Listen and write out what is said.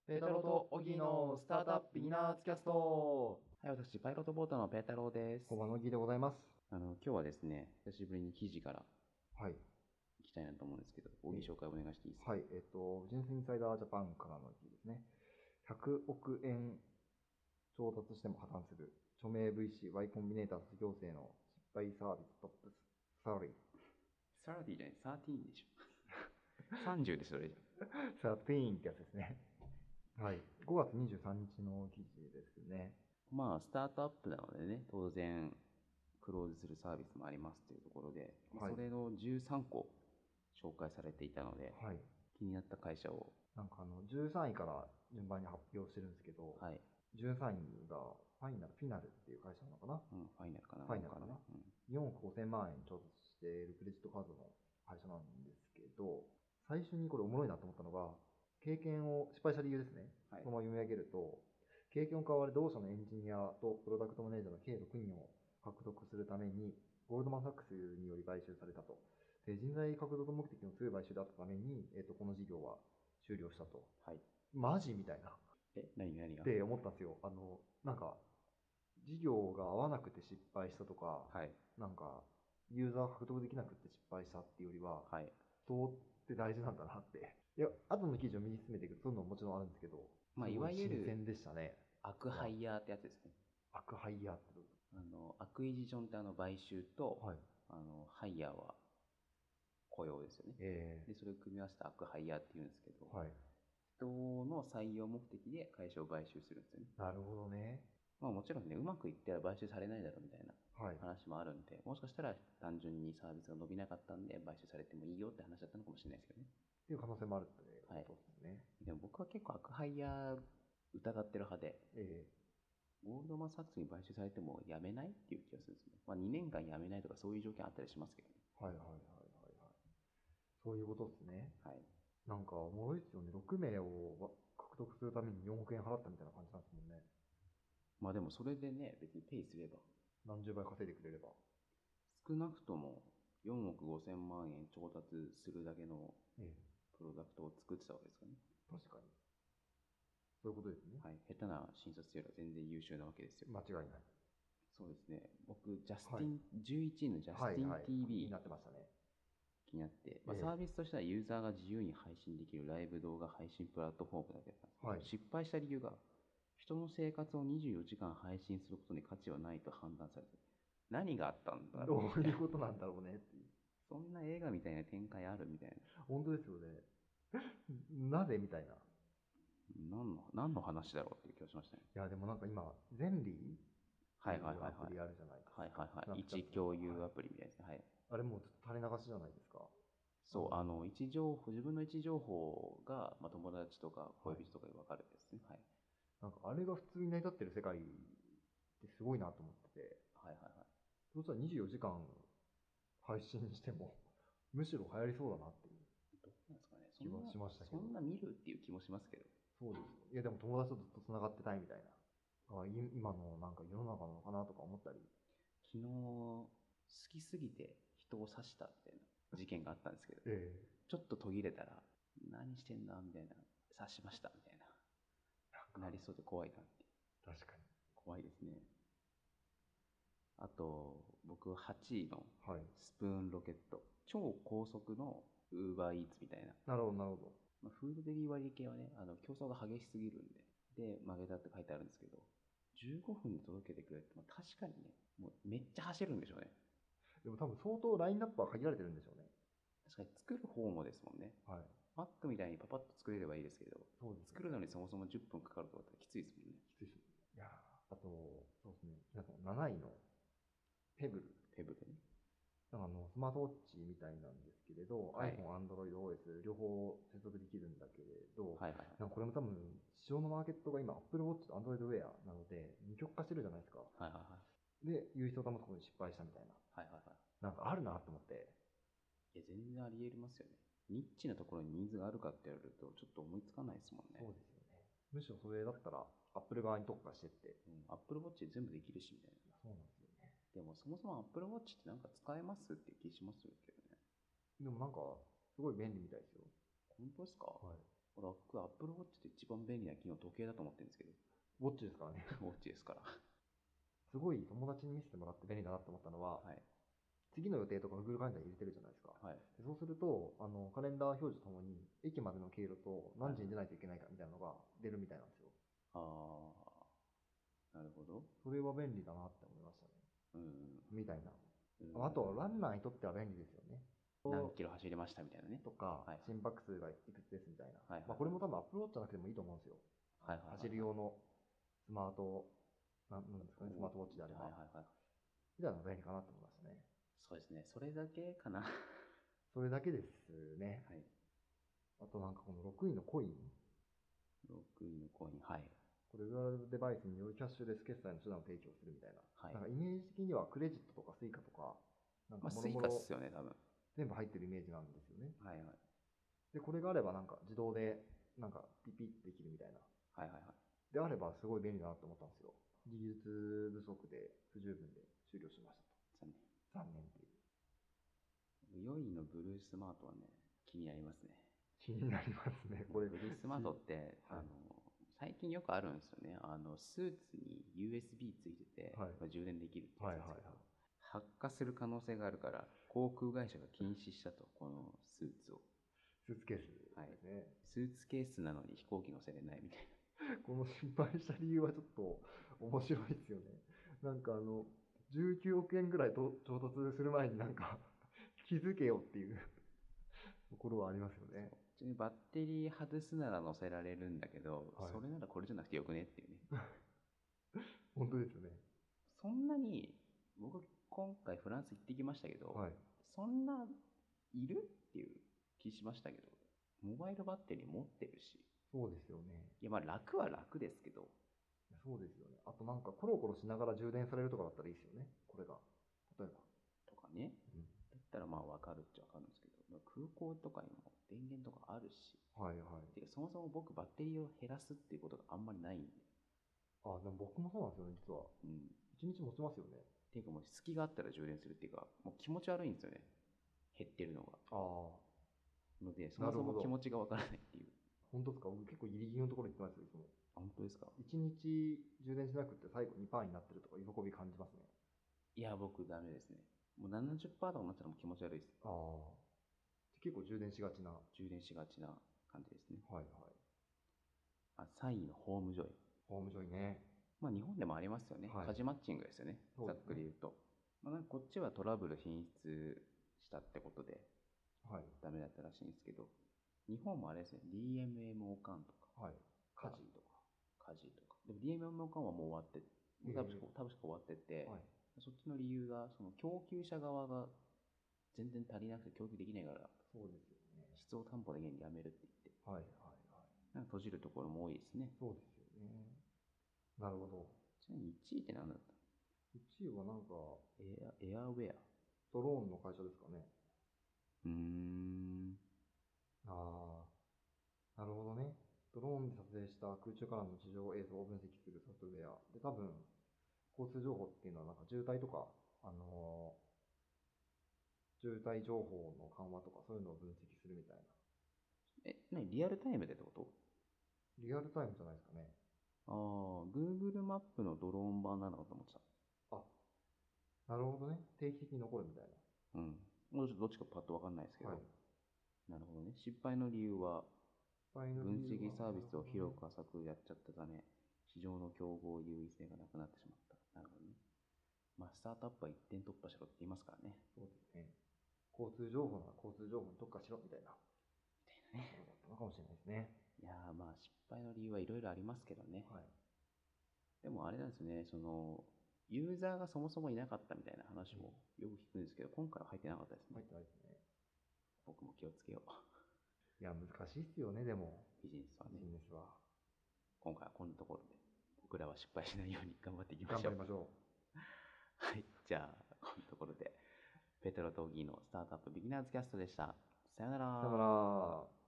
ペータローとオギーのスタートアップビギナーズキャスト。 はい、私、パイロットボートのペータローです。 こんばんは、オギーでございます。 今日はですね、久しぶりに記事からはい。 いきたいなと思うんですけど、オギー紹介お願いしていいですか？ はい。ビジネスインサイダージャパンからの記事ですね。100億円調達しても破綻する。著名 VC、Y コンビネーター卒業生の失敗サービストップ30。 30じゃない、13でしょ。30でそれじ 13ってやつですね。はい。5月23日の記事ですね。 ゃん。まあ、スタートアップなのでね、当然、クローズするサービスもありますというところで、 はいそれの13個紹介されていたので、 はい。 気になった会社を、 なんか13位から順番に発表してるんですけど、 はい、 13位がフィナルっていう会社なのかな。 ファイナルかな、 ファイナルかなね。 4億5000万円調達しているクレジットカードの会社なんですけど、最初にこれおもろいなと思ったのが、失敗した理由ですね。 はいそのまま読み上げると、経験を買われ同社のエンジニアとプロダクトマネージャーの計6人を獲得するために、ゴールドマンサックスにより買収されたと。で、人材獲得目的の強い買収であったために、この事業は終了したと。 はい。 マジみたいな。 何がって思ったんですよ。なんか、事業が合わなくて失敗したとか、 はい。 なんか、ユーザー獲得できなくて失敗したっていうよりは、 はい。 人って大事なんだなって。いや、後の記事を見進めていくと、そういうのももちろんあるんですけど、 まあ、いすごわゆる新鮮でしたね。 アクハイヤーってやつですね。 アクハイヤーってどういうアクイジションって買収と、 はいハイヤーは雇用ですよね。で、それを組み合わせたアクハイヤーって言うんですけど、 はい。 人の採用目的で会社を買収するんですよね。 なるほどね。 まあもちろんね、うまくいったら買収されないだろうみたいなはい。 話もあるんで、もしかしたら単純にサービスが伸びなかったんで買収されてもいいよって話だったのかもしれないですけどね。 っていう可能性もあるってはいことですね。 でも僕は結構アクハイヤー疑ってる派で、 えゴールドマンサックスに買収されても辞めないっていう気がするんですね。まあ2年間辞めないとかそういう条件あったりしますけどね。 はいはいはいはいはい。そういうことですね。 はい。 なんか、おもろいですよね。6名を獲得するために4億円払ったみたいな感じなんですもんね。 まあでもそれでね、別にペイすれば、 何十倍稼いでくれれば。 少なくとも4億5千万円調達するだけのええ。 プロダクトを作ってたわけですからね。 確かに。そういうことですね。 はい。下手な新卒よりは全然優秀なわけですよ。 間違いない。 そうですね。僕、ジャステはいィン、11位のジャスティンはいはい。気に TV なってましたね。 気になって、まあ、 ええサービスとしてはユーザーが自由に配信できるライブ動画配信プラットフォームだけだったんですけど、 はい失敗した理由が、人の生活を24時間配信することに価値はないと判断されて、何があったんだどうろうみたいな。 いうことなんだろうねっていう。 そんな映画みたいな展開あるみたいな。 本当ですよね。なぜみたいな。い何の話だろうっていう気がしましたね。 や、でもなんか今、ゼンリーってはいはいはいはい。 いうアプリあるじゃないですか。 はいはいはい。位スナップチャット置共有はいアプリみたいですね。はい。 あれもうちょっと垂れ流しじゃないですか。 そう、自分の位置情報が、まあ、友達とか恋人とかに分かるんですね。はい。 なんかあれが普通に成り立ってる世界ってすごいなと思ってて、 はいはいはい。 そうしたら24時間配信にしても、むしろ流行りそうだなっていうどうなんですかね。 気はしましたけど。 そんな見るっていう気もしますけど。 そうですよ。いやでも友達とずっと繋がってたいみたいな。今のなんか世の中なのかなとか思ったり。 昨日、好きすぎて人を刺したみたいな事件があったんですけど、 えちょっと途切れたら、何してんだみたいな、刺しましたみたいな、なりそうで怖いなって。 確かに。 怖いですね。あと、僕8位のはい。 スプーンロケット。超高速のウーバーイーツみたいな。 なるほど、なるほど。 まあ、フードデリバリー系はね、競争が激しすぎるんで、で、曲げたって書いてあるんですけど、15分で届けてくれって、まあ、確かにね、もうめっちゃ走るんでしょうね。 でも多分相当ラインナップは限られてるんでしょうね。 確かに作る方もですもんね。 はい。 Mac みたいにパパッと作れればいいですけど、 そうですね。 作るのにそもそも10分かかるとかってきついですもんね。 きついです。いやーあと、そうですね。なんか7位のペブル。 ペブでね。 なんかスマートウォッチみたいなんですけれど、 はい iPhone、Android OS 両方接続できるんだけれど、 はいはいはい。 なんかこれも多分市場のマーケットが今 Apple Watch と Android Wear なので二極化してるじゃないですか。 はいはいはで、有人を保つことに失敗したみたいな。 い。はいはいはなんかあるなと思って。 い。いや、全然あり得ますよね。ニッチなところにニーズがあるかって言われると、ちょっと思いつかないですもんね。 そうですよね。むしろそれだったら Apple 側に特化してって。 Apple Watch で全部できるしみたいな。 そうなんですよね。 でもそもそも Apple Watch ってなんか使えますって気しますけどね。 でもなんか、すごい便利みたいですよ。 本当ですか？ はい。 楽、アップルウォッチって一番便利な機能、時計だと思ってるんですけど、 ウォッチですからね。 ウォッチですから。 すごい友達に見せてもらって便利だなと思ったのは、 はい。 次の予定とか Google カレンダーに入れてるじゃないですか。 はい。 でそうすると、カレンダー表示ともに、駅までの経路と何時に出ないといけないかみたいなのが出るみたいなんですよ。 ああ、なるほど。 それは便利だなって思いましたね。 うん。 みたいな。 うんあとはランナーにとっては便利ですよね。 何キロ走りましたみたいなね。 とか、 はい。 心拍数がいくつですみたいな。 はいはいまあこれも多分アップローチじゃなくてもいいと思うんですよ。 はいはいはいはい走る用のスマート、なんですかね、スマートウォッチであれば。 はいはいはい。 みたいなのが便利かなと思いましたね。 そうですね。それだけかな。 それだけですね。 はい。 あとなんかこの6位のコイン。 6位のコイン。はい。 これウェアラブルデバイスによるキャッシュレス決済の手段を提供するみたいな。 はい。 なんかイメージ的にはクレジットとかスイカとか、なんかまあ、スイカっもろもろすよね、多分。 全部入ってるイメージなんですよね。 はいはい。 で、これがあればなんか自動でなんかピピッできるみたいな。 はいはいはい。 であればすごい便利だなと思ったんですよ。技術不足で不十分で終了しましたと。 残念。 残念っていう。 4位のブルースマートはね、気になりますね。 気になりますね。これ。 ブルースマートって、 はい最近よくあるんですよね。スーツに USB ついてて、 はいまあ充電できるってやつですけど、 はいはいはい発火する可能性があるから、航空会社が禁止したと、このスーツを。 スーツケースですね。 スーツケースなのに飛行機乗せれないみたいな。 この失敗した理由はちょっと面白いですよね。なんか19億円ぐらいと衝突する前になんか気づけよっていうところはありますよね。 ちなみにバッテリー外すなら乗せられるんだけど、 はいそれならこれじゃなくてよくねっていうね。 本当ですよね。 そんなに、僕今回フランス行ってきましたけど、 はい。 そんないるっていう気しましたけど、モバイルバッテリー持ってるし、 そうですよね。 いやまあ楽は楽ですけど、 そうですよね。あとなんかコロコロしながら充電されるとかだったらいいですよね。これが。例えば。 とかね、 うん、 だったらまあ分かるっちゃ分かるんですけど、空港とかにも電源とかあるし、 はいはい。 てかそもそも僕バッテリーを減らすっていうことがあんまりないんで、 あ、でも僕もそうなんですよね、実は。 うん。 一日持ちますよね。 っていうかもう隙があったら充電するっていうか、もう気持ち悪いんですよね。減ってるのが。 あので、そあ、なるほど。 もそも気持ちが分からないっていう。 本当ですか？僕結構ギリギリのところに行ってますよ、いつも。 本当ですか？ 一日充電しなくて最後2%になってるとか喜び感じますね。 いや、僕ダメですね。もう70%とかになったらもう気持ち悪いです。 ああ。結構充電しがちな。は充電しがちな感じですね。 いはい。 3位のホームジョイ。 ホームジョイね。 まあ日本でもありますよね。 はい家事マッチングですよね。ざっそうですねくり言うと。まあなんかこっちはトラブル品質したってことではい。 ダメだったらしいんですけど、日本もあれですね、DMM オカンとか、 はい。 家事とか、家事とか。でも DMM オカンはもう終わって、もう多分終わってて、 はい。 そっちの理由が、その供給者側が全然足りなくて供給できないから、 そうですよね。 質を担保できないんでやめるって言って、 はいはいはい。 なんか閉じるところも多いですね。 そうですよね。なるほど。 ちなみに1位って何だった 1位はなんか、 エアウェア。 ドローンの会社ですかね。ああ、なるほどね。ドローンで撮影した空中からの地上映像を分析するソフトウェア。で、多分、交通情報っていうのはなんか渋滞とか、渋滞情報の緩和とかそういうのを分析するみたいな。 何リアルタイムでってこと？ リアルタイムじゃないですかね。 ああ、Google マップのドローン版なのかと思ってた。 あ、なるほどね。定期的に残るみたいうん。もうちょっとどっちかパッとわかんないですけな。 ど。 はい。 なるほどね。失敗の理由は、 失敗の分理由は析サービスを広くなる浅くやっちゃったため、市場の競合優位性がなくなってしまった。なるほどね。まあ、スタートアップは一点突破しろって言いますからね。 ほどそうですね。交通情報なら交通情報に特化しろみたいな。 みたいなね。 そうだったのかもしれないですね。 いやーまあ失敗の理由はいろいろありますけどね。 はい。 でもあれなんですね、ユーザーがそもそもいなかったみたいな話もよく聞くんですけど、今回は入ってなかったですね。 入ってないですね。 僕も気をつけよう。 いや、難しいっすよね、でも。 ビジネスはねビジ。ネスは。 今回はこんなところで、僕らは失敗しないように頑張っていきましょう。 頑張りましょはい。じゃあ、こんなところで、ペトロとギーのスタートアップビギナーズキャストでした。さよなら。 う。さよなら。